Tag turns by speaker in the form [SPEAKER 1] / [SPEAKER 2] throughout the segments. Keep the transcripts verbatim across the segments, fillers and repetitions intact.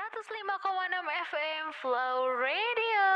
[SPEAKER 1] seratus lima koma enam F M Flow Radio.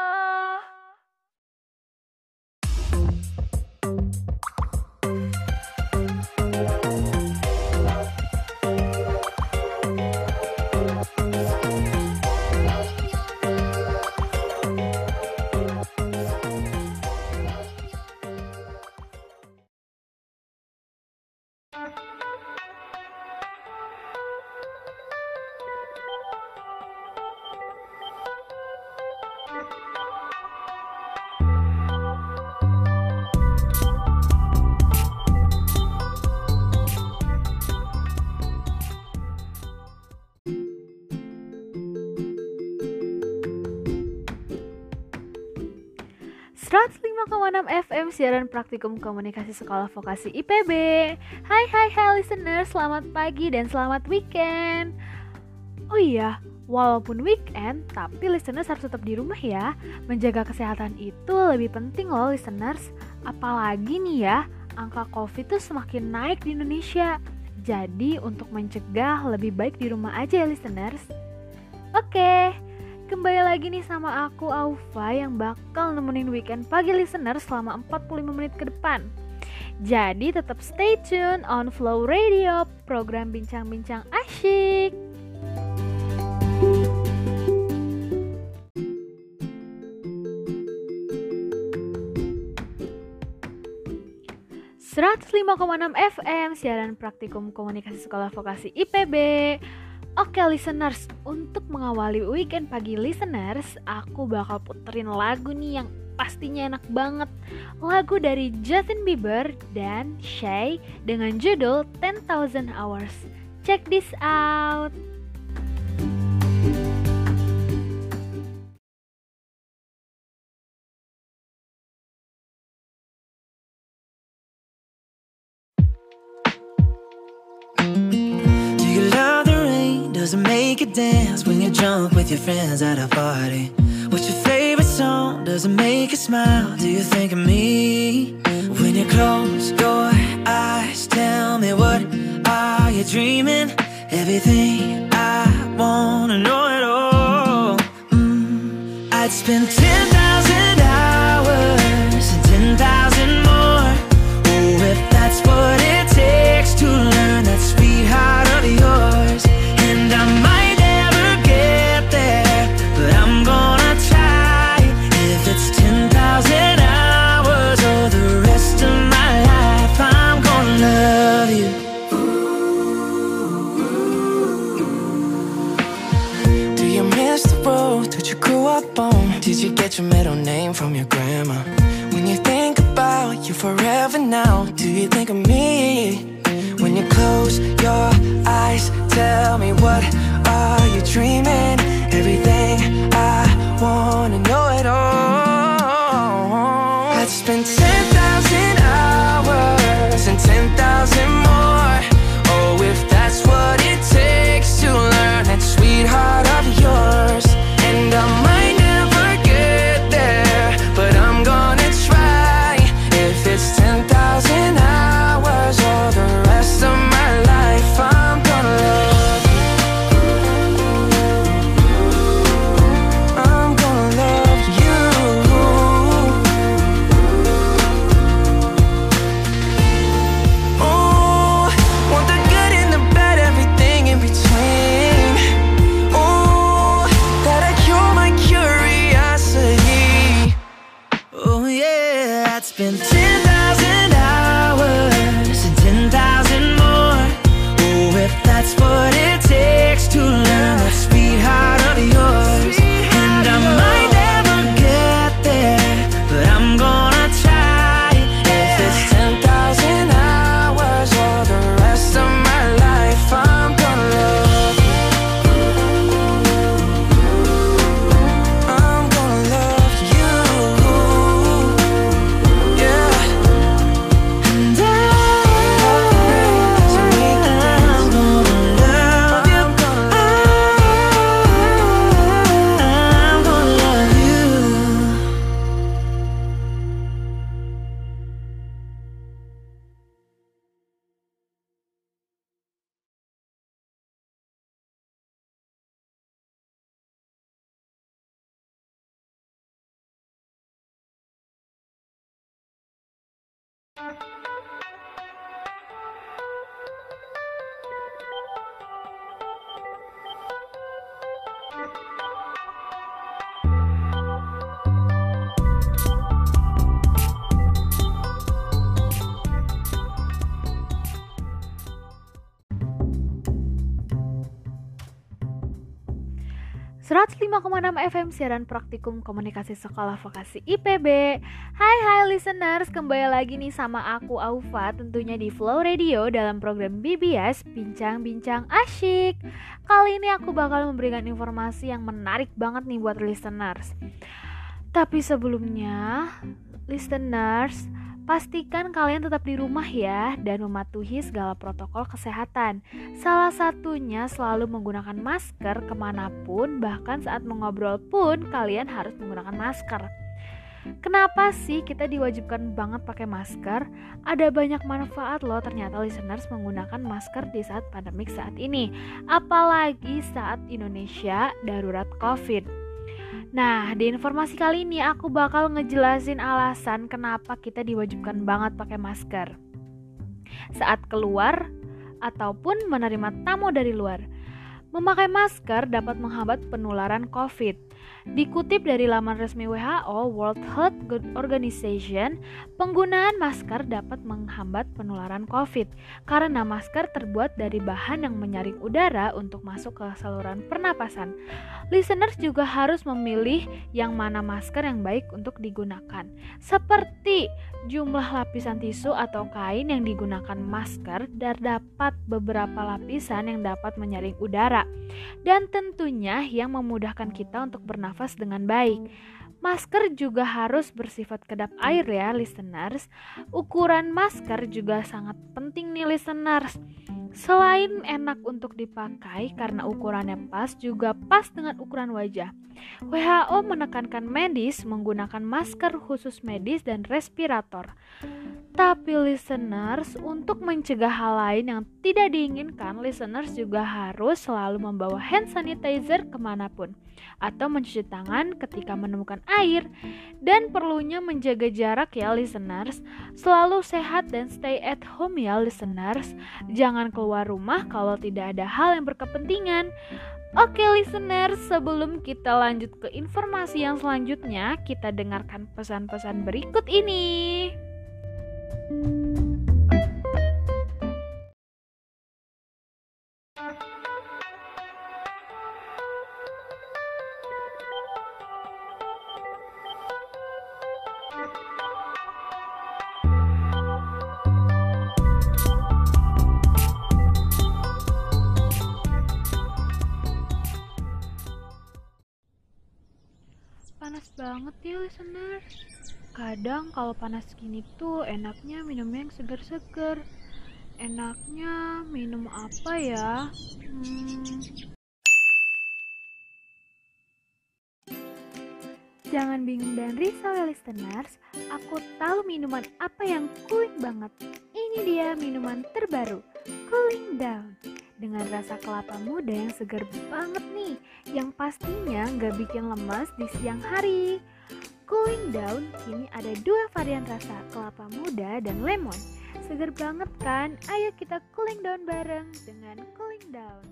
[SPEAKER 1] seratus lima koma enam F M siaran praktikum komunikasi sekolah vokasi I P B. Hai hai hai listeners, selamat pagi dan selamat weekend. Oh iya, walaupun weekend, tapi listeners harus tetap di rumah ya. Menjaga kesehatan itu lebih penting loh listeners. Apalagi nih ya, angka COVID tuh semakin naik di Indonesia. Jadi untuk mencegah lebih baik di rumah aja ya listeners. Oke, kembali lagi nih sama aku Aufa yang bakal nemenin weekend pagi listener selama empat puluh lima menit ke depan. Jadi tetap stay tune on Flow Radio, program bincang-bincang asyik. seratus lima koma enam F M siaran praktikum komunikasi sekolah vokasi I P B. Oke listeners, untuk mengawali weekend pagi listeners, aku bakal puterin lagu nih yang pastinya enak banget. Lagu dari Justin Bieber dan Shay dengan judul ten thousand Hours. Check this out.
[SPEAKER 2] Does it make you dance when you're drunk with your friends at a party? What's your favorite song? Does it make you smile? Do you think of me? When you close your eyes, tell me what are you dreaming? Everything I wanna know it all. mm, I'd spend ten thousand hours and ten thousand more. Oh, if that's what it takes to learn that sweetheart of yours. And I might never get there, but I'm gonna try. If it's ten thousand hours or the rest of my life, I'm gonna love you. Do you miss the road that you grew up on? Did you get your middle name from your grandma? When you think about you forever now, do you think of me? When you close your eyes, tell me what are you dreaming? Everything I wanna know it all. I'd spend ten thousand hours and ten thousand more. Oh, if that's what it takes to learn that sweetheart of yours. And I might never get there, but I'm gonna try. If it's ten thousand hours or the rest of my life, I'm gonna love you.
[SPEAKER 1] seratus lima koma enam F M siaran praktikum komunikasi sekolah vokasi I P B. Hai hai listeners, kembali lagi nih sama aku Aufa tentunya di Flow Radio dalam program B B S Bincang-Bincang Asyik. Kali ini aku bakal memberikan informasi yang menarik banget nih buat listeners. Tapi sebelumnya, listeners, pastikan kalian tetap di rumah ya dan mematuhi segala protokol kesehatan. Salah satunya selalu menggunakan masker kemanapun, bahkan saat mengobrol pun kalian harus menggunakan masker. Kenapa sih kita diwajibkan banget pakai masker? Ada banyak manfaat loh ternyata listeners menggunakan masker di saat pandemik saat ini. Apalagi saat Indonesia darurat COVID. Nah, di informasi kali ini aku bakal ngejelasin alasan kenapa kita diwajibkan banget pakai masker saat keluar ataupun menerima tamu dari luar. Memakai masker dapat menghambat penularan COVID. Dikutip dari laman resmi W H O World Health Organization, penggunaan masker dapat menghambat penularan COVID karena masker terbuat dari bahan yang menyaring udara untuk masuk ke saluran pernapasan. Listeners juga harus memilih yang mana masker yang baik untuk digunakan, seperti jumlah lapisan tisu atau kain yang digunakan masker, dan dapat beberapa lapisan yang dapat menyaring udara, dan tentunya yang memudahkan kita untuk bernafas dengan baik. Masker juga harus bersifat kedap air ya listeners. Ukuran masker juga sangat penting nih listeners. Selain enak untuk dipakai karena ukurannya pas, juga pas dengan ukuran wajah. W H O menekankan medis menggunakan masker khusus medis dan respirator. Tapi listeners, untuk mencegah hal lain yang tidak diinginkan, listeners juga harus selalu membawa hand sanitizer kemanapun atau mencuci tangan ketika menemukan air. Dan perlunya menjaga jarak ya listeners. Selalu sehat dan stay at home ya listeners. Jangan keluar rumah kalau tidak ada hal yang berkepentingan. Oke listeners, sebelum kita lanjut ke informasi yang selanjutnya, kita dengarkan pesan-pesan berikut ini. Panas banget ya listener. Kadang kalau panas gini tuh enaknya minumnya yang seger-seger. Enaknya minum apa ya? Hmm. Jangan bingung dan risau ya listeners. Aku tahu minuman apa yang cooling banget. Ini dia minuman terbaru, Cooling Down. Dengan rasa kelapa muda yang segar banget nih, yang pastinya nggak bikin lemas di siang hari. Cooling Down kini ada dua varian rasa, kelapa muda dan lemon. Segar banget kan? Ayo kita cooling down bareng dengan Cooling Down.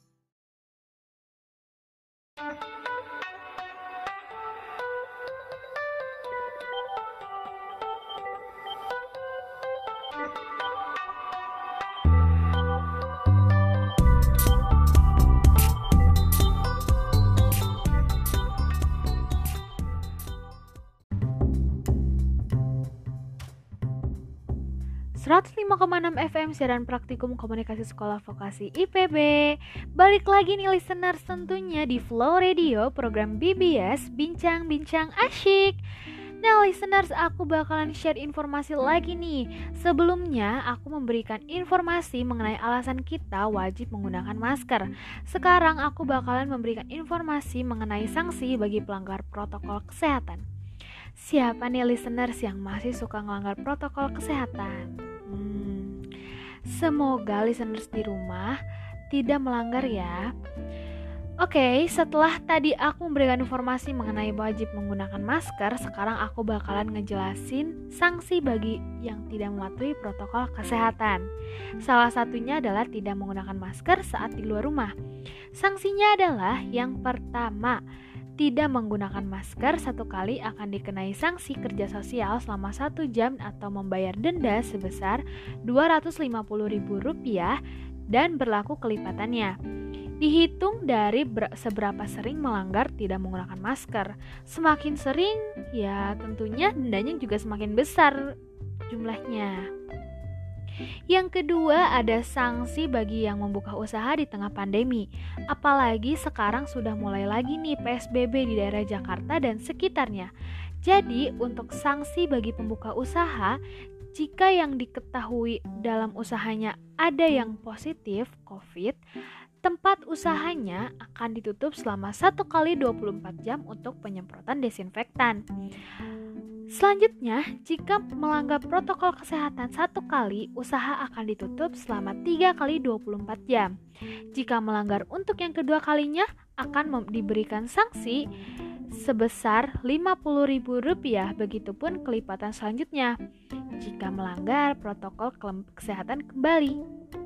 [SPEAKER 1] seratus lima koma enam F M siaran praktikum komunikasi sekolah vokasi I P B. Balik lagi nih listeners tentunya di Flow Radio program B B S Bincang-Bincang Asyik. Nah listeners, aku bakalan share informasi lagi nih. Sebelumnya aku memberikan informasi mengenai alasan kita wajib menggunakan masker. Sekarang aku bakalan memberikan informasi mengenai sanksi bagi pelanggar protokol kesehatan. Siapa nih listeners yang masih suka melanggar protokol kesehatan? Hmm, semoga listeners di rumah tidak melanggar ya. Oke, setelah tadi aku memberikan informasi mengenai wajib menggunakan masker, sekarang aku bakalan ngejelasin sanksi bagi yang tidak mematuhi protokol kesehatan. Salah satunya adalah tidak menggunakan masker saat di luar rumah. Sanksinya adalah yang pertama, tidak menggunakan masker satu kali akan dikenai sanksi kerja sosial selama satu jam atau membayar denda sebesar dua ratus lima puluh ribu rupiah dan berlaku kelipatannya. Dihitung dari ber- seberapa sering melanggar tidak menggunakan masker. Semakin sering, ya tentunya dendanya juga semakin besar jumlahnya. Yang kedua, ada sanksi bagi yang membuka usaha di tengah pandemi. Apalagi sekarang sudah mulai lagi nih P S B B di daerah Jakarta dan sekitarnya. Jadi, untuk sanksi bagi pembuka usaha, jika yang diketahui dalam usahanya ada yang positif COVID, tempat usahanya akan ditutup selama satu kali dua puluh empat jam untuk penyemprotan desinfektan. Selanjutnya, jika melanggar protokol kesehatan satu kali, usaha akan ditutup selama tiga kali dua puluh empat jam. Jika melanggar untuk yang kedua kalinya, akan mem- diberikan sanksi sebesar lima puluh ribu rupiah, begitupun kelipatan selanjutnya jika melanggar protokol kesehatan kembali.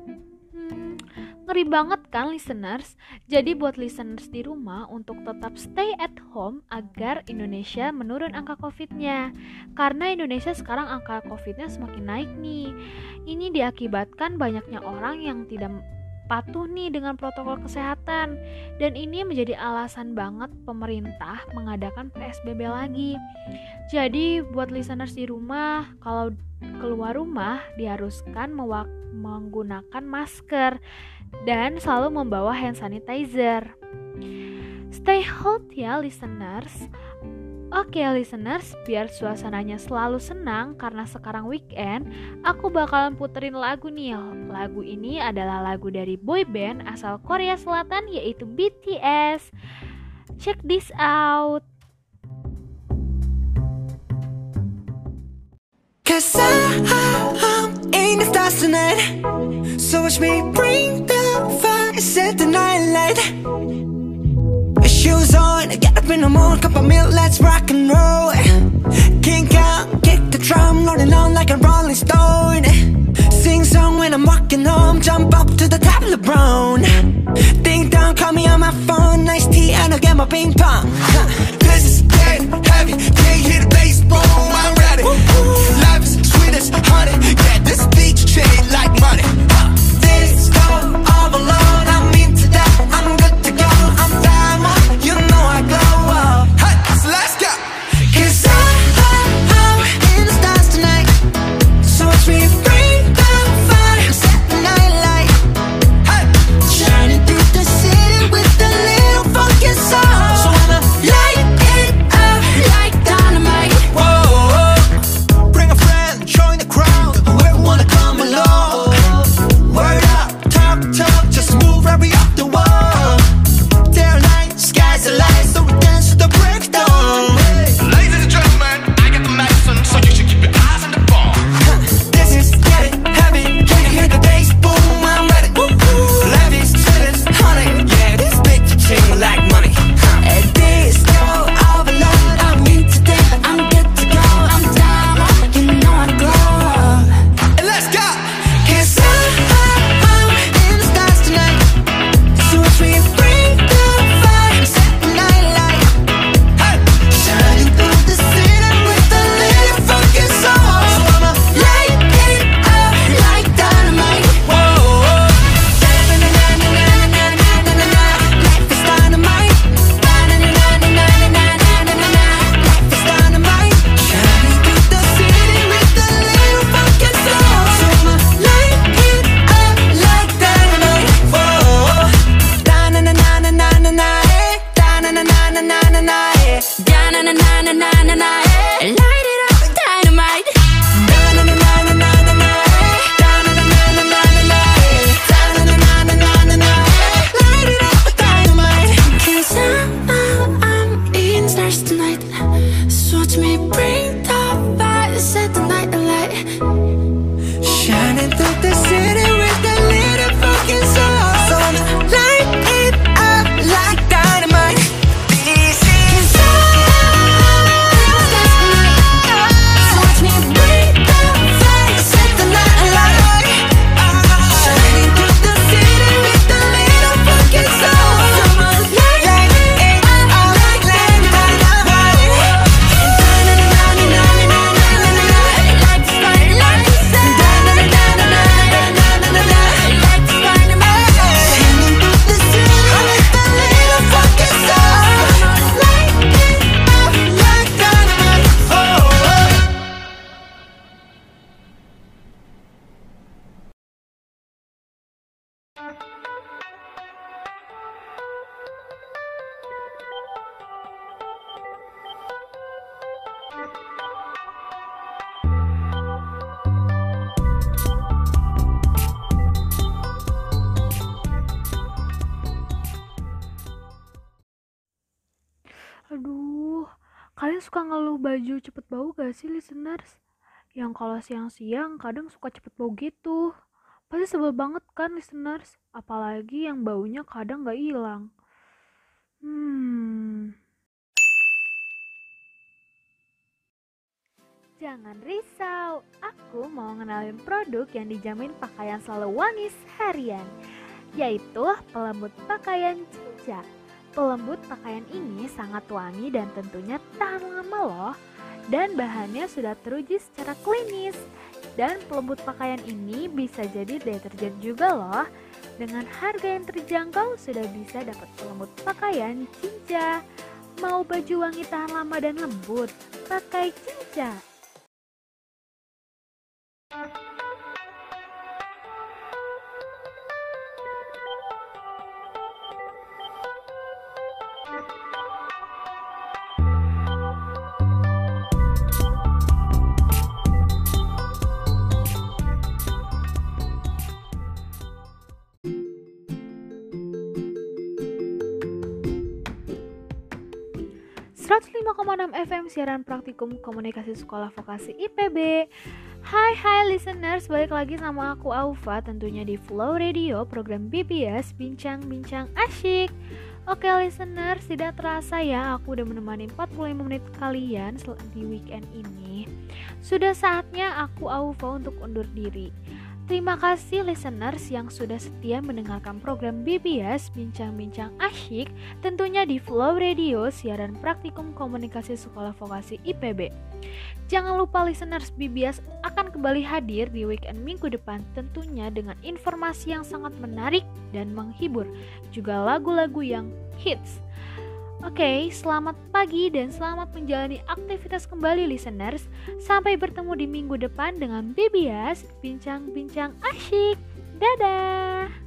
[SPEAKER 1] Hmm, ngeri banget kan listeners? Jadi buat listeners di rumah untuk tetap stay at home agar Indonesia menurun angka COVID-nya. Karena Indonesia sekarang angka COVID-nya semakin naik nih. Ini diakibatkan banyaknya orang yang tidak patuh nih dengan protokol kesehatan. Dan ini menjadi alasan banget pemerintah mengadakan P S B B lagi. Jadi buat listeners di rumah, kalau keluar rumah diharuskan mewak- menggunakan masker dan selalu membawa hand sanitizer. Stay healthy ya listeners. Oke listeners, biar suasananya selalu senang karena sekarang weekend, aku bakalan puterin lagu nih. Lagu ini adalah lagu dari boy band asal Korea Selatan yaitu B T S. Check this out.
[SPEAKER 2] Cause I'm in the stars tonight, so watch me bring the fire, set the night light. Shoes on, get up in the morning, cup of milk, let's rock and roll. Kink out, kick the drum, rolling on like a rolling stone. Sing song when I'm walking home, jump up to the top of the brown. Ding dong, call me on my phone, nice tea and I'll get my ping pong. This is getting heavy, can't hear the bass, boom, I'm ready. Life is sweet as honey, yeah, this beach chain like money. This go all alone, I'm into that, I'm good to go, I'm diamond, you know I glow up. Hey, so let's go. Cause I, I, I'm in the stars tonight, so watch me bring the fire, set the night light. Hey, shining through the city with a little funky soul. So I'ma light it up like dynamite. Whoa, bring a friend, join the crowd.
[SPEAKER 1] Aduh, kalian suka ngeluh baju cepet bau gak sih listeners? Yang kalau siang-siang kadang suka cepet bau gitu. Pasti sebel banget kan listeners? Apalagi yang baunya kadang gak hilang. Hmm... Jangan risau, aku mau ngenalin produk yang dijamin pakaian selalu wangi seharian, yaitu pelembut pakaian Cinca. Pelembut pakaian ini sangat wangi dan tentunya tahan lama loh. Dan bahannya sudah teruji secara klinis. Dan pelembut pakaian ini bisa jadi deterjen juga loh. Dengan harga yang terjangkau sudah bisa dapat pelembut pakaian Cinca. Mau baju wangi tahan lama dan lembut? Pakai Cinca. seratus lima koma enam F M siaran praktikum komunikasi sekolah vokasi I P B. Hai hai listeners, balik lagi sama aku Aufa tentunya di Flow Radio program B B S Bincang-Bincang Asyik. Oke listeners, tidak terasa ya aku udah menemani empat puluh lima menit kalian di weekend ini. Sudah saatnya aku Aufa untuk undur diri. Terima kasih listeners yang sudah setia mendengarkan program B B S Bincang-Bincang Asyik tentunya di Flow Radio siaran praktikum komunikasi sekolah vokasi I P B. Jangan lupa listeners, B B S akan kembali hadir di weekend minggu depan tentunya dengan informasi yang sangat menarik dan menghibur, juga lagu-lagu yang hits. Oke, okay, selamat pagi dan selamat menjalani aktivitas kembali listeners. Sampai bertemu di minggu depan dengan B B S Bincang-Bincang Asyik. Dadah!